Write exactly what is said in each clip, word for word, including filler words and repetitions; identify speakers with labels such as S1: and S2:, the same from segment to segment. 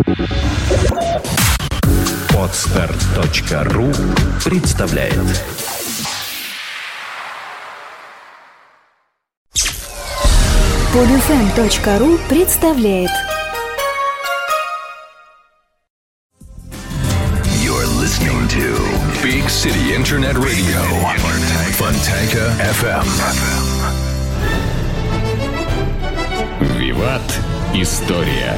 S1: Подстер точка ру представляет.
S2: Подфм точка ру представляет.
S1: You're listening to Big City Internet Radio, Fontanka эф эм. Виват. История.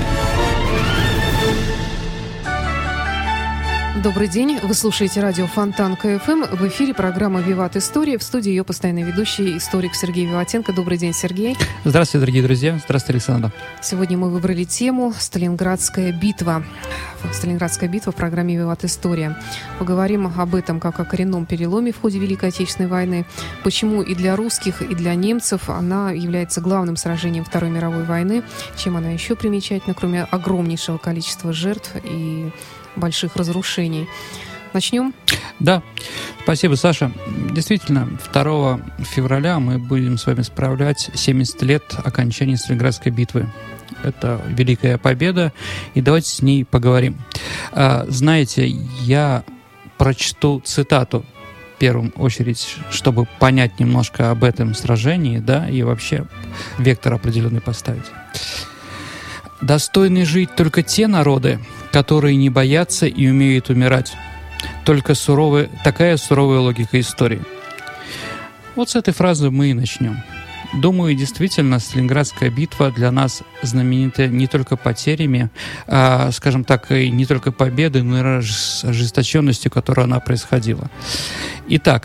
S3: Добрый день. Вы слушаете радио Фонтанка эф эм. В эфире программа «Виват. История». В студии ее постоянный ведущий, историк Сергей Виватенко. Добрый день, Сергей.
S4: Здравствуйте, дорогие друзья. Здравствуйте, Александр.
S3: Сегодня мы выбрали тему «Сталинградская битва». Сталинградская битва в программе «Виват. История». Поговорим об этом как о коренном переломе в ходе Великой Отечественной войны. Почему и для русских, и для немцев она является главным сражением Второй мировой войны. Чем она еще примечательна, кроме огромнейшего количества жертв и больших разрушений. Начнем?
S4: Да, спасибо, Саша. Действительно, второго февраля мы будем с вами справлять семьдесят лет окончания Сталинградской битвы. Это великая победа, и давайте с ней поговорим. А, знаете, я прочту цитату в первую очередь, чтобы понять немножко об этом сражении, да, и вообще вектор определенный поставить. «Достойны жить только те народы, которые не боятся и умеют умирать. Только суровая, такая суровая логика истории». Вот с этой фразы мы и начнем. Думаю, действительно, Сталинградская битва для нас знаменита не только потерями, а, скажем так, и не только победой, но и с ожесточенностью, которой она происходила. Итак,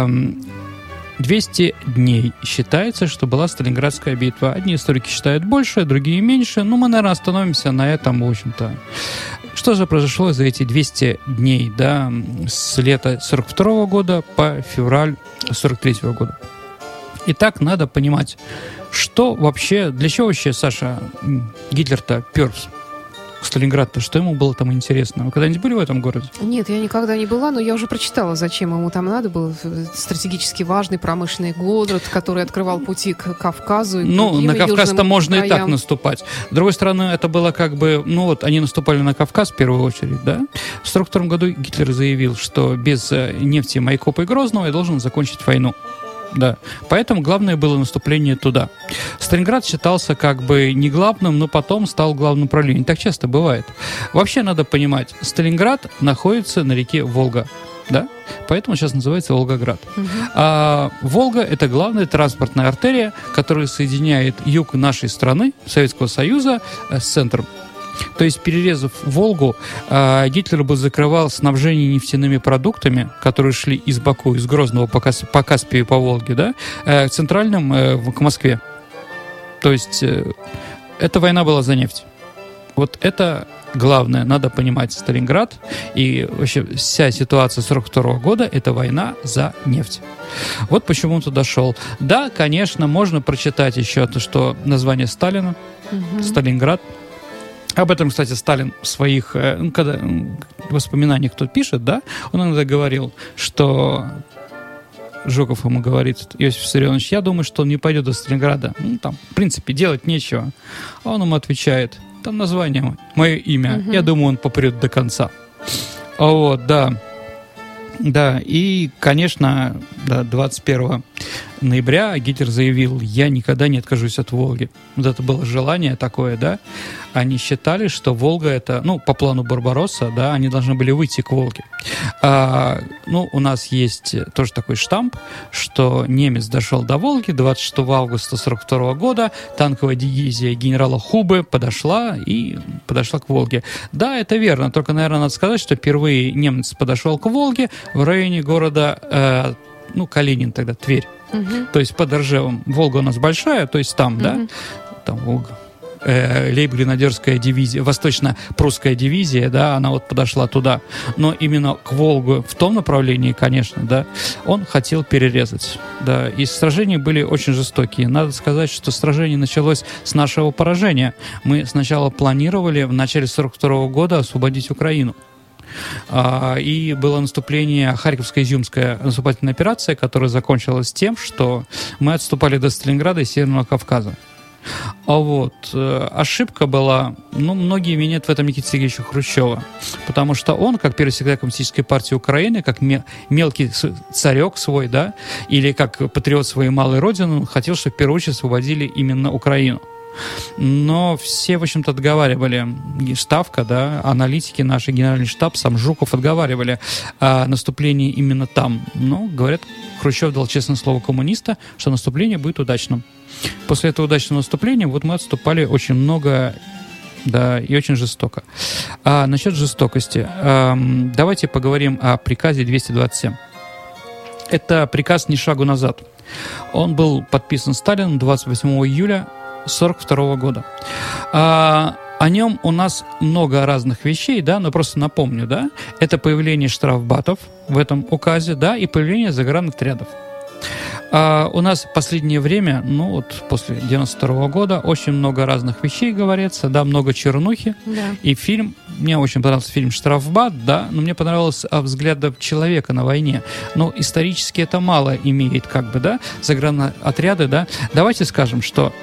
S4: двести дней считается, что была Сталинградская битва. Одни историки считают больше, другие меньше. Но мы, наверное, остановимся на этом, в общем-то. Что же произошло за эти двести дней, да, с лета сорок второго года по февраль сорок третьего года? Итак, надо понимать, что вообще, для чего вообще, Саша, Гитлер-то пер в Сталинград-то, что ему было там интересно? Вы когда-нибудь были в этом городе?
S3: Нет, я никогда не была, но я уже прочитала, зачем ему там надо было. Стратегически важный промышленный город, который открывал пути к Кавказу. И
S4: ну, на Кавказ-то можно
S3: краям.
S4: И так наступать. С другой стороны, это было как бы, ну вот, они наступали на Кавказ в первую очередь, да? В сорок втором году Гитлер заявил, что без нефти Майкопа и Грозного я должен закончить войну. Да, поэтому главное было наступление туда. Сталинград считался как бы не главным, но потом стал главным направлением. Так часто бывает. Вообще надо понимать, Сталинград находится на реке Волга, да? Поэтому сейчас называется Волгоград. Uh-huh. А Волга — это главная транспортная артерия, которая соединяет юг нашей страны, Советского Союза, с центром. То есть, перерезав Волгу, Гитлер бы закрывал снабжение нефтяными продуктами, которые шли из Баку, из Грозного по, Кас- по Каспию и по Волге, да, к центральным, к Москве. То есть, эта война была за нефть. Вот это главное, надо понимать, Сталинград и вообще вся ситуация сорок второго года — это война за нефть. Вот почему он туда шел. Да, конечно, можно прочитать еще то, что название Сталина, угу. Сталинград. Об этом, кстати, Сталин в своих ну, когда, воспоминаниях кто пишет, да, он иногда говорил, что Жуков ему говорит: Иосиф Виссарионович, я думаю, что он не пойдет до Сталинграда. Ну, там, в принципе, делать нечего. А он ему отвечает: там название, мое имя, угу. Я думаю, он попрет до конца. Вот, да. Да, и, конечно, да, двадцать первого ноября Гитлер заявил: я никогда не откажусь от Волги. Вот это было желание такое, да. Они считали, что Волга — это, ну, по плану Барбаросса, да, они должны были выйти к Волге. А, ну, у нас есть тоже такой штамп, что немец дошел до Волги двадцать шестого августа сорок второго года, танковая дивизия генерала Хубы подошла и подошла к Волге. Да, это верно, только, наверное, надо сказать, что впервые немец подошел к Волге в районе города, э, ну, Калинин тогда, Тверь. Uh-huh. То есть под Ржевом. Волга у нас большая, то есть там, uh-huh. да, там Волга. Э, лейб-гренадерская дивизия, восточно-прусская дивизия, да, она вот подошла туда. Но именно к Волгу в том направлении, конечно, да, он хотел перерезать. Да, и сражения были очень жестокие. Надо сказать, что сражение началось с нашего поражения. Мы сначала планировали в начале сорок второго года освободить Украину. И было наступление, Харьковская изюмская наступательная операция, которая закончилась тем, что мы отступали до Сталинграда и Северного Кавказа. А вот э, ошибка была, ну, многие винят в этом Никиту Сергеевича Хрущева, потому что он, как первый секретарь Коммунистической партии Украины, как ме- мелкий царек свой, да, или как патриот своей малой родины, он хотел, чтобы в первую очередь освободили именно Украину. Но все, в общем-то, отговаривали, Ставка, да, аналитики, наш генеральный штаб, сам Жуков отговаривали о наступлении именно там. Но, говорят, Хрущев дал честное слово коммуниста, что наступление будет удачным. После этого удачного наступления вот мы отступали очень много, да, и очень жестоко. А насчет жестокости, эм, давайте поговорим о приказе двести двадцать семь. Это приказ «Ни шагу назад». Он был подписан Сталином двадцать восьмого июля сорок второго года. А, о нем у нас много разных вещей, да, но просто напомню, да, это появление штрафбатов в этом указе, да, и появление загранотрядов. А, у нас в последнее время, ну вот после девяносто второго года, очень много разных вещей говорится, да, много чернухи, да. И фильм, мне очень понравился фильм «Штрафбат», да, но мне понравился взгляд человека на войне. Но исторически это мало имеет, как бы, да, загранотряды, да. Давайте скажем, что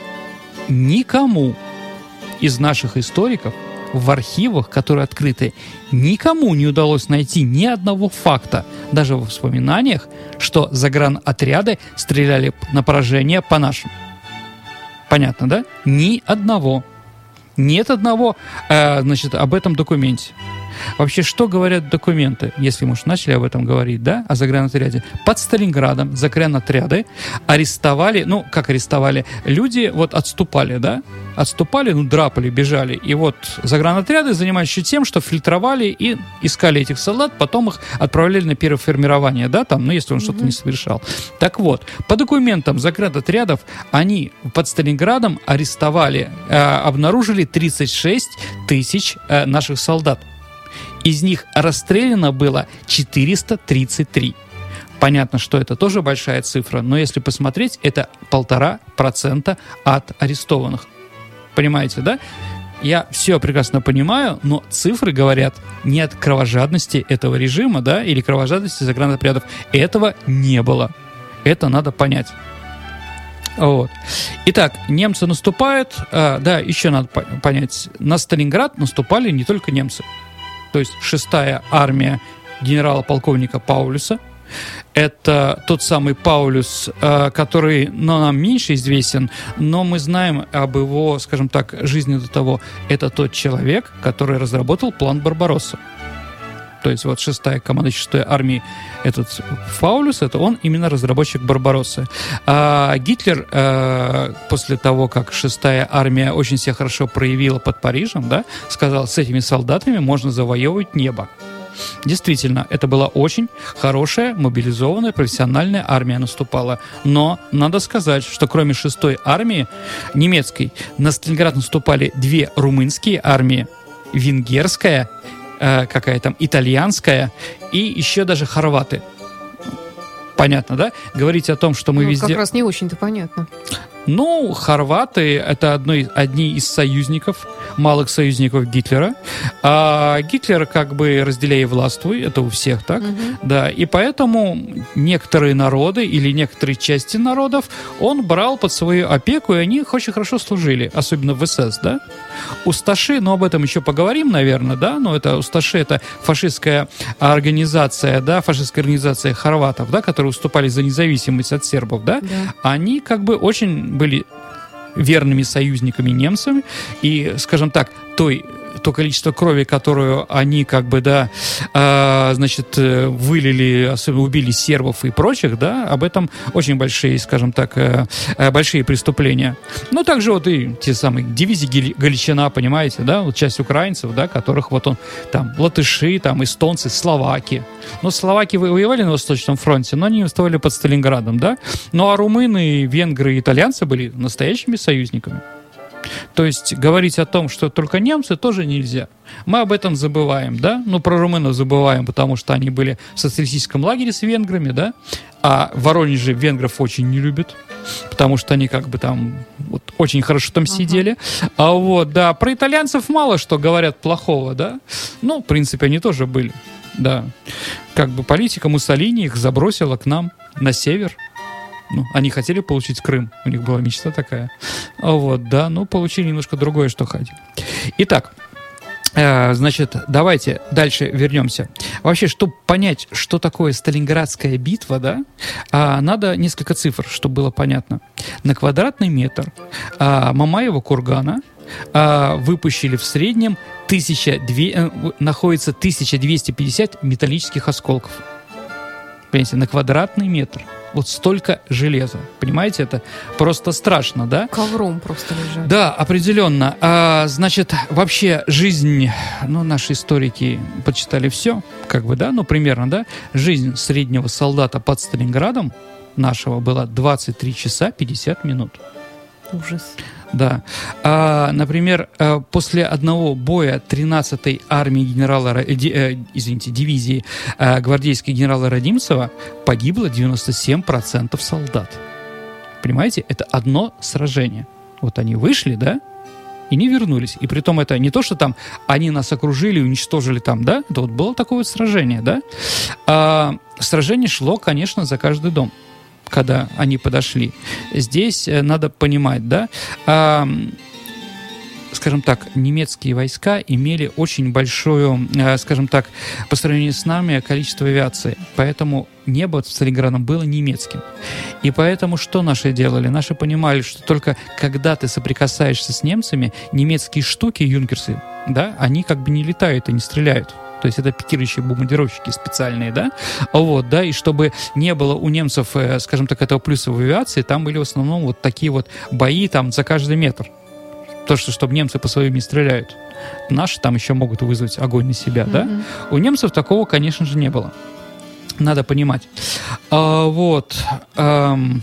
S4: никому из наших историков в архивах, которые открыты, никому не удалось найти ни одного факта, даже в воспоминаниях, что загранотряды стреляли на поражение по нашим. Понятно, да? Ни одного. Нет одного, э, значит, об этом документе. Вообще, что говорят документы, если мы уж начали об этом говорить, да, о загранотряде? Под Сталинградом загранотряды арестовали, ну, как арестовали, люди вот отступали, да, отступали, ну, драпали, бежали, и вот загранотряды занимались тем, что фильтровали и искали этих солдат, потом их отправляли на первое формирование, да, там, ну, если он mm-hmm. что-то не совершал. Так вот, по документам загранотрядов они под Сталинградом арестовали, э, обнаружили тридцать шесть тысяч э, наших солдат. Из них расстреляно было четыреста тридцать три. Понятно, что это тоже большая цифра, но если посмотреть, это полтора процента от арестованных. Понимаете, да? Я все прекрасно понимаю, но цифры говорят не от кровожадности этого режима, да, или кровожадности загранотрядов. Этого не было. Это надо понять. Вот. Итак, немцы наступают. А, да, еще надо понять. На Сталинград наступали не только немцы. То есть шестая армия генерала-полковника Паулюса. Это тот самый Паулюс, который, ну, нам меньше известен, но мы знаем об его, скажем так, жизни до того. Это тот человек, который разработал план Барбаросса. То есть вот шестая команда шестой армии, этот Паулюс, это он именно разработчик Барбароссы. А Гитлер а, после того, как шестая армия очень себя хорошо проявила под Парижем, да, сказал, с этими солдатами можно завоевывать небо. Действительно, это была очень хорошая, мобилизованная, профессиональная армия наступала. Но надо сказать, что кроме шестой армии немецкой, на Сталинград наступали две румынские армии, венгерская, какая там, итальянская и еще даже хорваты. Понятно, да? Говорить о том, что мы
S3: ну,
S4: везде...
S3: Как раз не очень-то понятно.
S4: Ну, хорваты — это одни, одни из союзников, малых союзников Гитлера. А Гитлер как бы разделяя и властвуй, это у всех так, угу. Да, и поэтому некоторые народы или некоторые части народов он брал под свою опеку, и они очень хорошо служили, особенно в эс эс, да. Усташи, ну, об этом еще поговорим, наверное, да, но это Усташи — это фашистская организация, да, фашистская организация хорватов, да, которые уступали за независимость от сербов, да, да. Они как бы очень были верными союзниками немцами, и, скажем так, той, то количество крови, которую они как бы, да, э, значит, вылили, особенно убили сербов и прочих, да, об этом очень большие, скажем так, э, большие преступления. Ну, также вот и те самые дивизии Галичина, понимаете, да, вот часть украинцев, да, которых вот он, там, латыши, там, эстонцы, словаки. Но словаки воевали на Восточном фронте, но они уставали под Сталинградом, да. Ну, а румыны, венгры и итальянцы были настоящими союзниками. То есть говорить о том, что только немцы, тоже нельзя. Мы об этом забываем, да? Ну, про румынов забываем, потому что они были в социалистическом лагере с венграми, да? А в Воронеже венгров очень не любят, потому что они как бы там вот, очень хорошо там сидели. Uh-huh. А вот, да, про итальянцев мало что говорят плохого, да? Ну, в принципе, они тоже были, да. Как бы политика Муссолини их забросила к нам на север. Ну, они хотели получить Крым, у них была мечта такая. Вот, да, ну, получили немножко другое, что хотели. Итак, э, значит, давайте дальше вернемся. Вообще, чтобы понять, что такое Сталинградская битва, да, э, надо несколько цифр, чтобы было понятно. На квадратный метр э, Мамаева кургана э, выпущили в среднем тысяча две, э, находится тысяча двести пятьдесят металлических осколков. Понимаете, на квадратный метр. Вот столько железа. Понимаете, это просто страшно, да?
S3: Ковром просто лежат.
S4: Да, определенно. А, значит, вообще жизнь, ну, наши историки почитали все, как бы, да, ну, примерно, да, жизнь среднего солдата под Сталинградом нашего была двадцать три часа пятьдесят минут.
S3: Ужас.
S4: Да. А, например, после одного боя тринадцатой армии генерала, э, извините, дивизии э, гвардейской генерала Родимцева погибло девяносто семь процентов солдат. Понимаете? Это одно сражение. Вот они вышли, да, и не вернулись. И притом это не то, что там они нас окружили, уничтожили там, да, это вот было такое вот сражение, да. А, сражение шло, конечно, за каждый дом, когда они подошли. Здесь надо понимать, да, э, скажем так, немецкие войска имели очень большое, э, скажем так, по сравнению с нами, количество авиации. Поэтому небо в Сталинградом было немецким. И поэтому что наши делали? Наши понимали, что только когда ты соприкасаешься с немцами, немецкие штуки, юнкерсы, да, они как бы не летают и не стреляют. То есть это пикирующие бомбардировщики специальные, да, вот, да, и чтобы не было у немцев, скажем так, этого плюса в авиации, там были в основном вот такие вот бои там за каждый метр. То, что чтобы немцы по своим не стреляют. Наши там еще могут вызвать огонь на себя, mm-hmm. да. У немцев такого, конечно же, не было. Надо понимать. А, вот. Эм,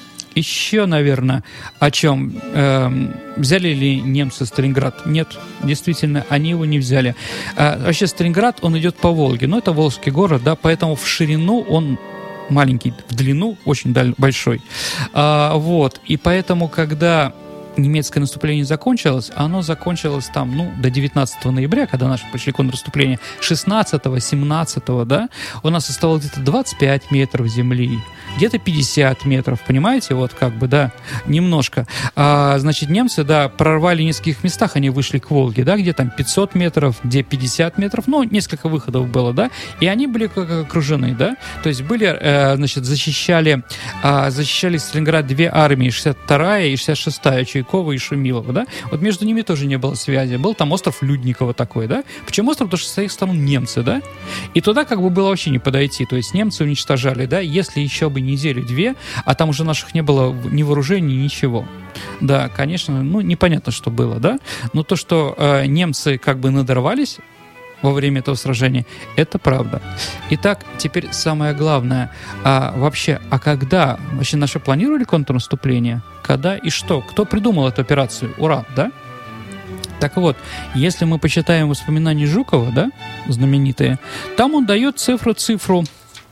S4: еще, наверное, о чем. Эм, взяли ли немцы Сталинград? Нет, действительно, они его не взяли. А, вообще Сталинград, он идет по Волге, но это Волжский город, да, поэтому в ширину он маленький, в длину очень большой. А, вот, и поэтому, когда немецкое наступление закончилось, оно закончилось там, ну, до девятнадцатого ноября, когда наши пошли контрнаступление, шестнадцатого, семнадцатого, да, у нас оставалось где-то двадцать пять метров земли, где-то пятьдесят метров, понимаете, вот как бы, да, немножко. А, значит, немцы, да, прорвали в нескольких местах, они вышли к Волге, да, где там пятьсот метров, где пятьдесят метров, ну, несколько выходов было, да, и они были как окружены, да, то есть были, э, значит, защищали, э, защищали Сталинград две армии, шестьдесят вторая и шестьдесят шестая, Чайкова и Шумилова, да, вот между ними тоже не было связи, был там остров Людникова такой, да, почему остров? Потому что с их сторон немцы, да, и туда как бы было вообще не подойти, то есть немцы уничтожали, да, если еще бы неделю-две, а там уже наших не было ни вооружений, ничего. Да, конечно, ну, непонятно, что было, да, но то, что э, немцы как бы надорвались во время этого сражения, это правда. Итак, теперь самое главное, а вообще, а когда, вообще наши планировали контрнаступление? Когда и что? Кто придумал эту операцию? Ура, да? Так вот, если мы почитаем воспоминания Жукова, да, знаменитые, там он дает цифру-цифру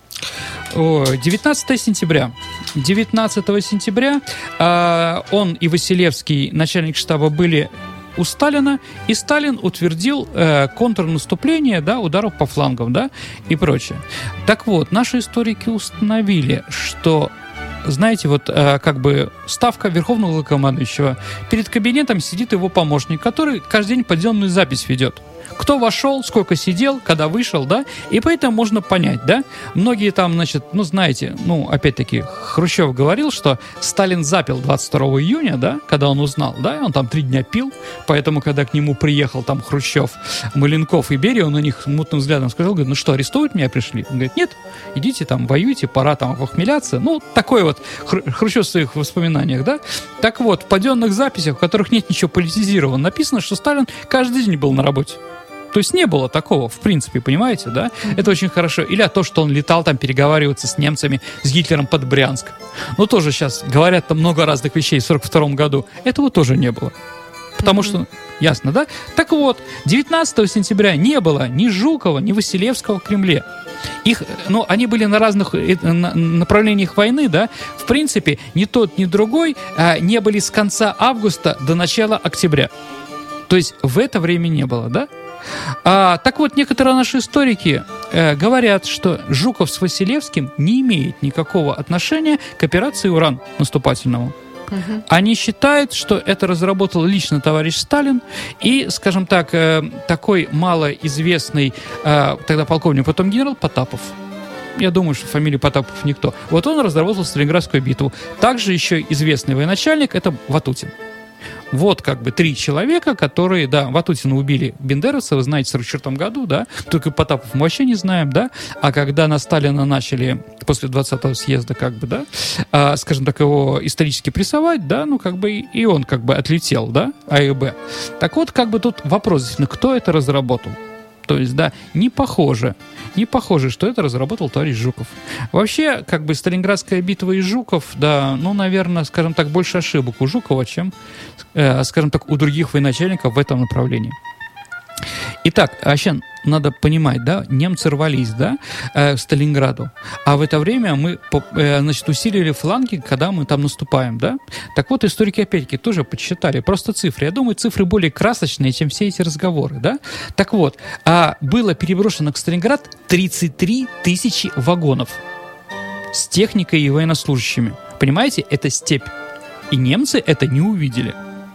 S4: девятнадцатого сентября. девятнадцатого сентября э, он и Василевский, начальник штаба, были у Сталина, и Сталин утвердил э, контрнаступление, да, ударов по флангам, да, и прочее. Так вот, наши историки установили, что, знаете, вот э, как бы ставка верховного главнокомандующего, перед кабинетом сидит его помощник, который каждый день поделанную запись ведет. Кто вошел, сколько сидел, когда вышел, да, и поэтому можно понять, да, многие там, значит, ну, знаете, ну, опять-таки, Хрущев говорил, что Сталин запил двадцать второго июня, да, когда он узнал, да, он там три дня пил, поэтому, когда к нему приехал там Хрущев, Маленков и Берия, он на них мутным взглядом сказал, говорит, ну что, арестовывать меня пришли? Он говорит, нет, идите там, воюйте, пора там охмеляться, ну, такой вот Хрущев в своих воспоминаниях, да, так вот, в паденных записях, в которых нет ничего политизированного, написано, что Сталин каждый день был на работе. То есть не было такого, в принципе, понимаете, да? Это очень хорошо. Или то, что он летал там переговариваться с немцами, с Гитлером под Брянск. Ну, тоже сейчас говорят там много разных вещей в сорок втором году. Этого тоже не было. Потому mm-hmm. что, ясно, да? Так вот, девятнадцатого сентября не было ни Жукова, ни Василевского в Кремле. Их, ну, они были на разных направлениях войны, да? В принципе, ни тот, ни другой а, не были с конца августа до начала октября. То есть в это время не было, да? А, так вот, некоторые наши историки, э, говорят, что Жуков с Василевским не имеет никакого отношения к операции «Уран» наступательному. Угу. Они считают, что это разработал лично товарищ Сталин и, скажем так, э, такой малоизвестный э, тогда полковник, потом генерал Потапов. Я думаю, что фамилия Потапов никто. Вот он разработал Сталинградскую битву. Также еще известный военачальник — это Ватутин. Вот как бы три человека, которые, да, Ватутина убили бендеровцы, вы знаете, в сорок четвёртом году, да, только Потапов мы вообще не знаем, да, а когда на Сталина начали после двадцатого съезда, как бы, да, а, скажем так, его исторически прессовать, да, ну, как бы и он как бы отлетел, да, А и Б. Так вот, как бы тут вопрос, действительно, кто это разработал? То есть, да, не похоже, не похоже, что это разработал товарищ Жуков. Вообще, как бы, Сталинградская битва и Жуков, да, ну, наверное, скажем так, больше ошибок у Жукова, чем, э, скажем так, у других военачальников в этом направлении. Итак, вообще надо понимать, да, немцы рвались, да, э, к Сталинграду, а в это время мы, э, значит, усилили фланги, когда мы там наступаем, да. Так вот, историки, опять-таки, тоже подсчитали, просто цифры. Я думаю, цифры более красочные, чем все эти разговоры, да. Так вот, а было переброшено к Сталинград тридцать три тысячи вагонов с техникой и военнослужащими. Понимаете, это степь. И немцы это не увидели.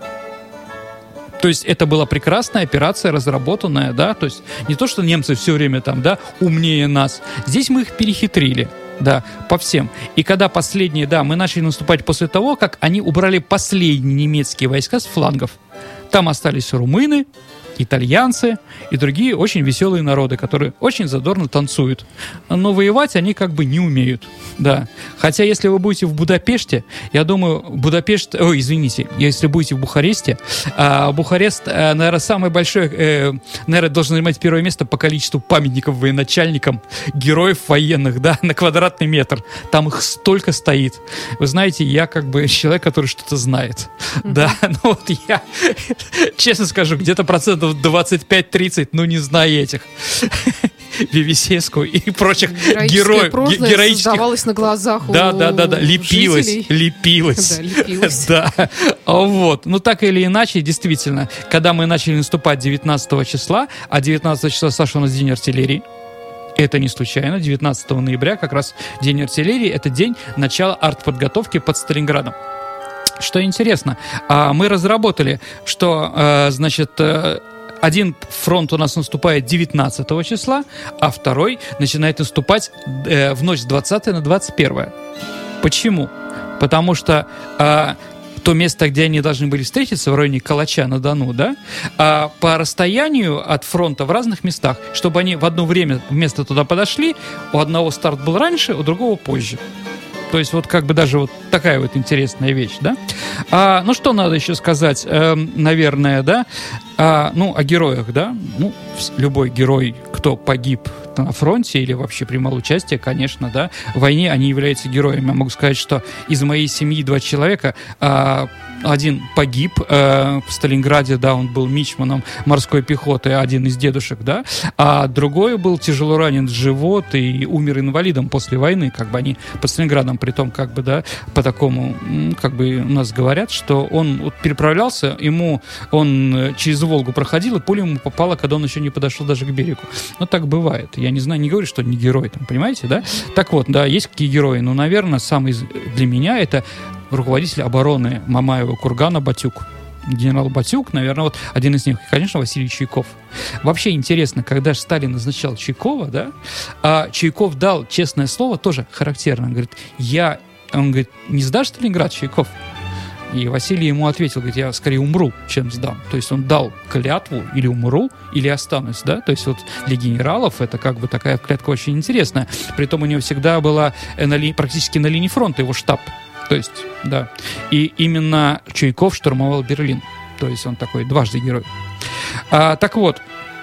S4: То есть это была прекрасная операция, разработанная, да, то есть не то, что немцы все время там, да, умнее нас. Здесь мы их перехитрили, да, по всем. И когда последние, да, мы начали наступать после того, как они убрали последние немецкие войска с флангов. Там остались румыны, итальянцы и другие очень веселые народы, которые очень задорно танцуют. Но воевать они как бы не умеют, да. Хотя, если вы будете в Будапеште, я думаю, Будапешт... Ой, извините, если будете в Бухаресте, а, Бухарест, а, наверное, самый большой, э, наверное, должен занимать первое место по количеству памятников военачальникам, героев военных, да, на квадратный метр. Там их столько стоит. Вы знаете, я как бы человек, который что-то знает. Mm-hmm. Да, ну вот я, честно скажу, где-то процентов двадцать пять тридцать, ну не знаю этих. Вивисеску и прочих героев. Героических
S3: создавалось на глазах
S4: да,
S3: у
S4: да, да, да, лепилось,
S3: жителей.
S4: лепилось.
S3: Да, лепилось.
S4: Да. Вот. Ну, так или иначе, действительно, когда мы начали наступать девятнадцатого числа, а девятнадцатого числа, Саша, у нас день артиллерии, это не случайно, девятнадцатого ноября, как раз день артиллерии, это день начала артподготовки под Сталинградом. Что интересно, мы разработали, что, значит, один фронт у нас наступает девятнадцатого числа, а второй начинает наступать в ночь с двадцатого на двадцать первое. Почему? Потому что а, то место, где они должны были встретиться, в районе Калача-на-Дону, да, а, по расстоянию от фронта в разных местах, чтобы они в одно время вместо туда подошли, у одного старт был раньше, у другого позже. То есть вот как бы даже вот такая вот интересная вещь, да. А, ну что надо еще сказать, э, наверное, да, а, ну о героях, да. Ну любой герой, кто погиб на фронте или вообще принимал участие, конечно, да, в войне они являются героями. Я могу сказать, что из моей семьи два человека, а, один погиб э, в Сталинграде, да, он был мичманом морской пехоты, один из дедушек, да, а другой был тяжело ранен в живот и умер инвалидом после войны, как бы они под Сталинградом, при том, как бы, да, по такому, как бы у нас говорят, что он вот переправлялся, ему, он через Волгу проходил, и пуля ему попала, когда он еще не подошел даже к берегу. Ну, так бывает. Я не знаю, не говорю, что он не герой, там, понимаете, да? Так вот, да, есть какие герои, но, наверное, самый для меня это руководитель обороны Мамаева кургана Батюк. Генерал Батюк, наверное, вот один из них, и, конечно, Василий Чайков. Вообще интересно, когда же Сталин назначал Чайкова, да, а Чайков дал честное слово, тоже характерно, он говорит, я, он говорит, не сдашь Сталинград, Чайков? И Василий ему ответил, говорит, я скорее умру, чем сдам. То есть он дал клятву, или умру, или останусь, да. То есть вот для генералов это как бы такая клятва очень интересная. Притом у него всегда была на ли... практически на линии фронта его штаб. То есть, да. И именно Чайков штурмовал Берлин. То есть он такой дважды герой. А, так вот,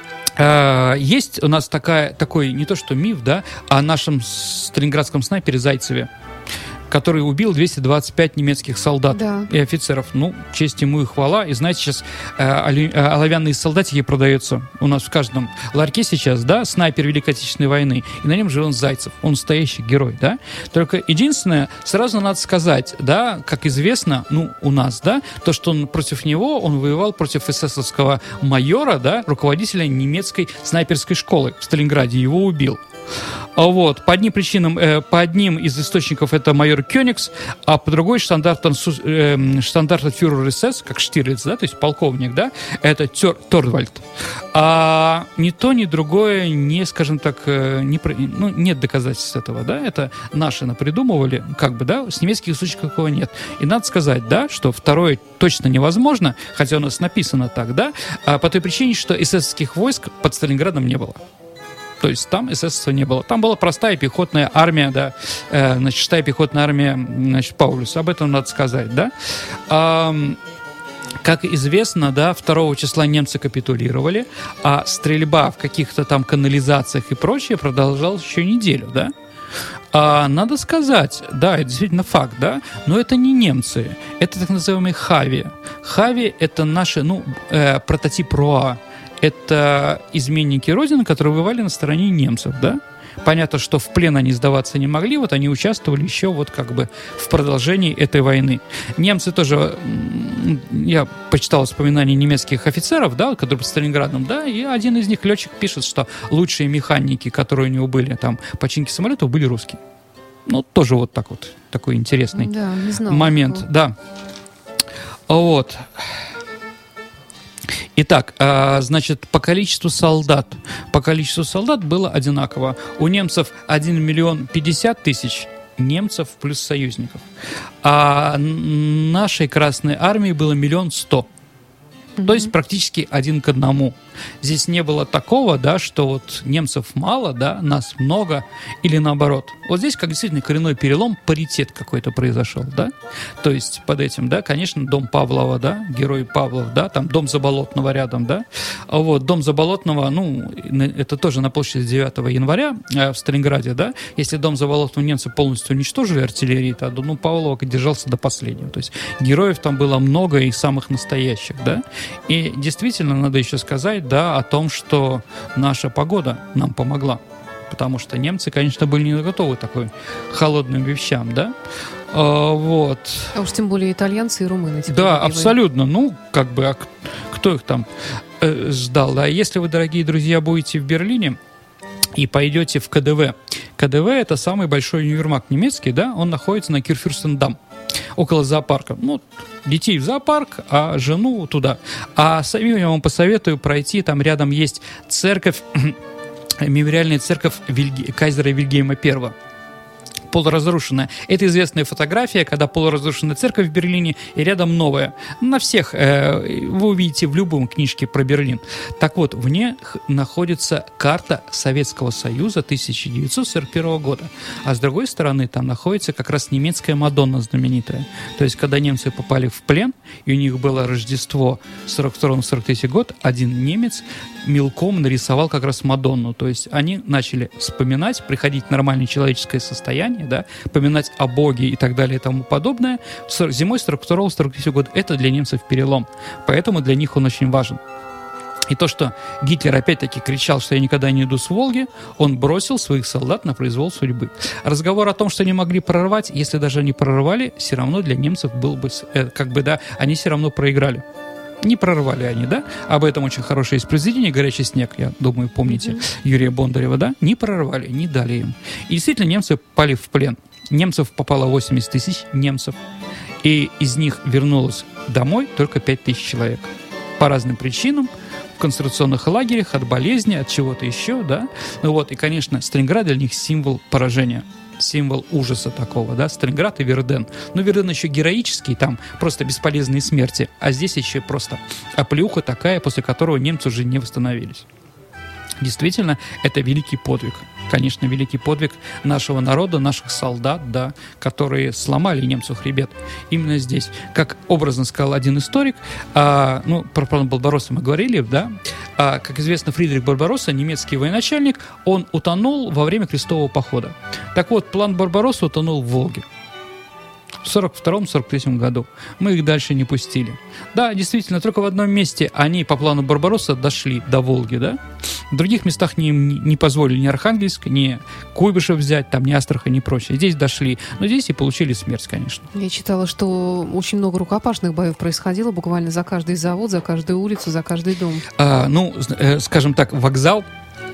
S4: а, есть у нас такая, такой не то что миф, да, о нашем сталинградском снайпере Зайцеве, который убил двести двадцать пять немецких солдат, да, и офицеров. Ну, честь ему и хвала. И знаете, сейчас э, оловянные солдатики продаются у нас в каждом ларьке сейчас, да, снайпер Великой Отечественной войны. И на нем же он Зайцев. Он настоящий герой, да. Только единственное, сразу надо сказать, да, как известно, ну, у нас, да, то, что он против него, он воевал против эсэсовского майора, да, руководителя немецкой снайперской школы в Сталинграде. Его убил. А вот, по одним причинам, э, по одним из источников это майор Кёнигс, а по другой штандартенфюрер эс эс, как Штирлиц, да, то есть полковник, да, это Тер, Торвальд. А ни то, ни другое не, скажем так, не, ну, нет доказательств этого, да, это наши напридумывали, как бы, да, с немецких источников такого нет. И надо сказать, да, что второе точно невозможно, хотя у нас написано так, да, а по той причине, что эсэсовских войск под Сталинградом не было. То есть там эсэсовства не было. Там была простая пехотная армия, да, э, значит, шестая пехотная армия, значит, Паулюса. Об этом надо сказать, да. А, как известно, да, второго числа немцы капитулировали, а стрельба в каких-то там канализациях и прочее продолжалась еще неделю, да. А, надо сказать, да, это действительно факт, да, но это не немцы, это так называемые хави. Хави — это наши, ну, э, прототип РОА. Это изменники Родины, которые воевали на стороне немцев, да? Понятно, что в плен они сдаваться не могли, вот они участвовали еще вот как бы в продолжении этой войны. Немцы тоже, я почитал воспоминания немецких офицеров, да, которые под Сталинградом, да, и один из них, летчик, пишет, что лучшие механики, которые у него были, там, починки самолетов, были русские. Ну, тоже вот так вот, такой интересный
S3: да, не знала
S4: момент,
S3: такого.
S4: Да. Вот. Итак, значит, по количеству солдат, по количеству солдат было одинаково. У немцев один миллион пятьдесят тысяч немцев плюс союзников. А нашей Красной Армии было миллион сто. Mm-hmm. То есть практически один к одному. Здесь не было такого, да, что вот немцев мало, да, нас много, или наоборот. Вот здесь, как действительно коренной перелом, паритет какой-то произошел, да. То есть под этим, да, конечно, дом Павлова, да, герой Павлов, да, там дом Заболотного рядом, да. А вот дом Заболотного, ну, это тоже на площади девятого января э, в Сталинграде, да. Если дом Заболотного немцы полностью уничтожили артиллерией, то дом Павлова держался до последнего. То есть героев там было много и самых настоящих, да. И действительно, надо еще сказать, да, о том, что наша погода нам помогла. Потому что немцы, конечно, были не готовы к такой холодным вещам, да. А, вот.
S3: А уж тем более итальянцы и румыны.
S4: Да, абсолютно. Ну, как бы, а кто их там э, ждал? Да? Если вы, дорогие друзья, будете в Берлине и пойдете в ка дэ вэ. ка дэ вэ — это самый большой универмаг немецкий, да, он находится на Кирфюрстендам, около зоопарка. Ну, детей в зоопарк, а жену туда. А самим я вам посоветую пройти, там рядом есть церковь, мемориальная церковь Вильги... кайзера Вильгельма Первого. Полуразрушенная. Это известная фотография, когда полуразрушенная церковь в Берлине и рядом новая. На всех э, вы увидите в любом книжке про Берлин. Так вот, в ней находится карта Советского Союза тысяча девятьсот сорок первого года. А с другой стороны, там находится как раз немецкая Мадонна знаменитая. То есть, когда немцы попали в плен, и у них было Рождество сорок второй сорок третий год, один немец мелком нарисовал как раз Мадонну. То есть, они начали вспоминать, приходить в нормальное человеческое состояние, да, поминать о Боге и так далее и тому подобное. Зимой сорок второго сорок третьего года это для немцев перелом. Поэтому для них он очень важен. И то, что Гитлер опять-таки кричал, что я никогда не иду с Волги, он бросил своих солдат на произвол судьбы. Разговор о том, что они могли прорвать, если даже они прорвали, все равно для немцев был бы, как бы, да, они все равно проиграли. Не прорвали они, да? Об этом очень хорошее есть произведение «Горячий снег», я думаю, помните, mm-hmm. Юрия Бондарева, да? Не прорвали, не дали им. И действительно, немцы попали в плен. Немцев попало восемьдесят тысяч немцев, и из них вернулось домой только пять тысяч человек. По разным причинам, в концентрационных лагерях, от болезни, от чего-то еще, да? Ну вот, и, конечно, Сталинград для них символ поражения. Символ ужаса такого, да, Сталинград и Верден. Но Верден еще героический, там просто бесполезные смерти, а здесь еще просто оплеуха такая, после которого немцы уже не восстановились. Действительно, это великий подвиг. Конечно, великий подвиг нашего народа, наших солдат, да, которые сломали немцу хребет. Именно здесь. Как образно сказал один историк, а, ну, про план Барбаросса мы говорили, да, а, как известно, Фридрих Барбаросса, немецкий военачальник, он утонул во время крестового похода. Так вот, план Барбаросса утонул в Волге. В сорок втором сорок третьем году. Мы их дальше не пустили. Да, действительно, только в одном месте они по плану Барбаросса дошли до Волги, да? В других местах не, не позволили ни Архангельск, ни Куйбышев взять, там, ни Астрахань, ни прочее. Здесь дошли, но здесь и получили смерть, конечно.
S3: Я читала, что очень много рукопашных боев происходило буквально за каждый завод, за каждую улицу, за каждый дом.
S4: А, ну, э, скажем так, вокзал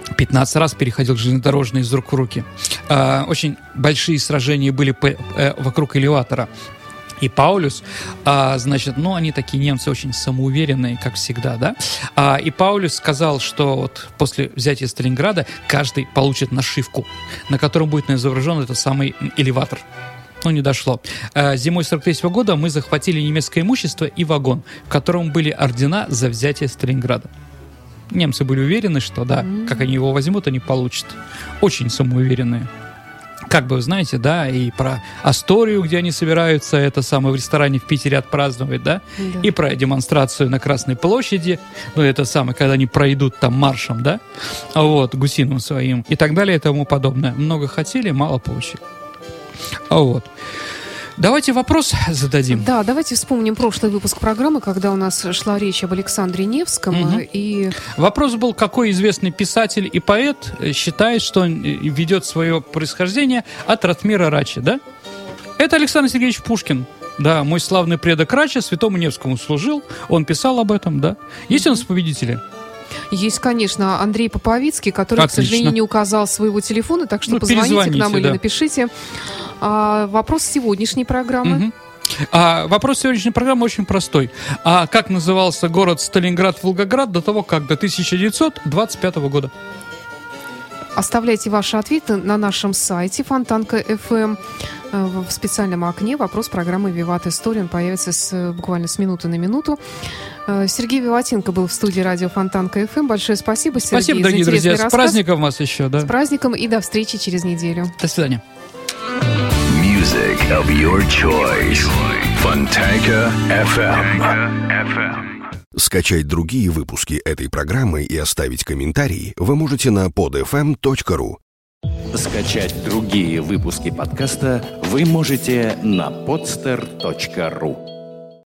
S4: пятнадцать раз переходил железнодорожный из рук в руки. А, очень большие сражения были по, э, вокруг элеватора. И Паулюс, а, значит, ну, они такие немцы очень самоуверенные, как всегда, да? А, и Паулюс сказал, что вот после взятия Сталинграда каждый получит нашивку, на котором будет изображен этот самый элеватор. Ну, не дошло. А, зимой сорок третьего года мы захватили немецкое имущество и вагон, в котором были ордена за взятие Сталинграда. Немцы были уверены, что, да, mm-hmm. как они его возьмут, они получат. Очень самоуверенные. Как бы вы знаете, да, и про Асторию, где они собираются, это самое, в ресторане в Питере отпраздновать, да, да. И про демонстрацию на Красной площади, ну, это самое, когда они пройдут там маршем, да, вот, гусиным своим, и так далее, и тому подобное. Много хотели, мало получили. Вот. Давайте вопрос зададим.
S3: Да, давайте вспомним прошлый выпуск программы, когда у нас шла речь об Александре Невском. Угу. И...
S4: Вопрос был, какой известный писатель и поэт считает, что он ведет свое происхождение от Ратмира Рачи, да? Это Александр Сергеевич Пушкин. Да, мой славный предок Рача святому Невскому служил, он писал об этом, да. Есть у нас победители?
S3: Есть, конечно, Андрей Поповицкий, который, Отлично. К сожалению, не указал своего телефона, так что ну, позвоните к нам да. или напишите. А, вопрос сегодняшней программы.
S4: Угу. А, вопрос сегодняшней программы очень простой. А как назывался город Сталинград-Волгоград до того, как до тысяча девятьсот двадцать пятого года?
S3: Оставляйте ваши ответы на нашем сайте Фонтанка эф эм. В специальном окне вопрос программы «Виват История». Он появится с, буквально с минуты на минуту. Сергей Виватенко был в студии радио Фонтанка эф эм. Большое спасибо, Сергей.
S4: Спасибо, дорогие друзья. Рассказ. С праздником вас еще, да.
S3: С праздником и до встречи через неделю.
S4: До свидания.
S1: Music of your choice. Фонтанка эф эм. Скачать другие выпуски этой программы и оставить комментарии вы можете на под эф эм точка ру.
S5: Скачать другие выпуски подкаста вы можете на подстер точка ру.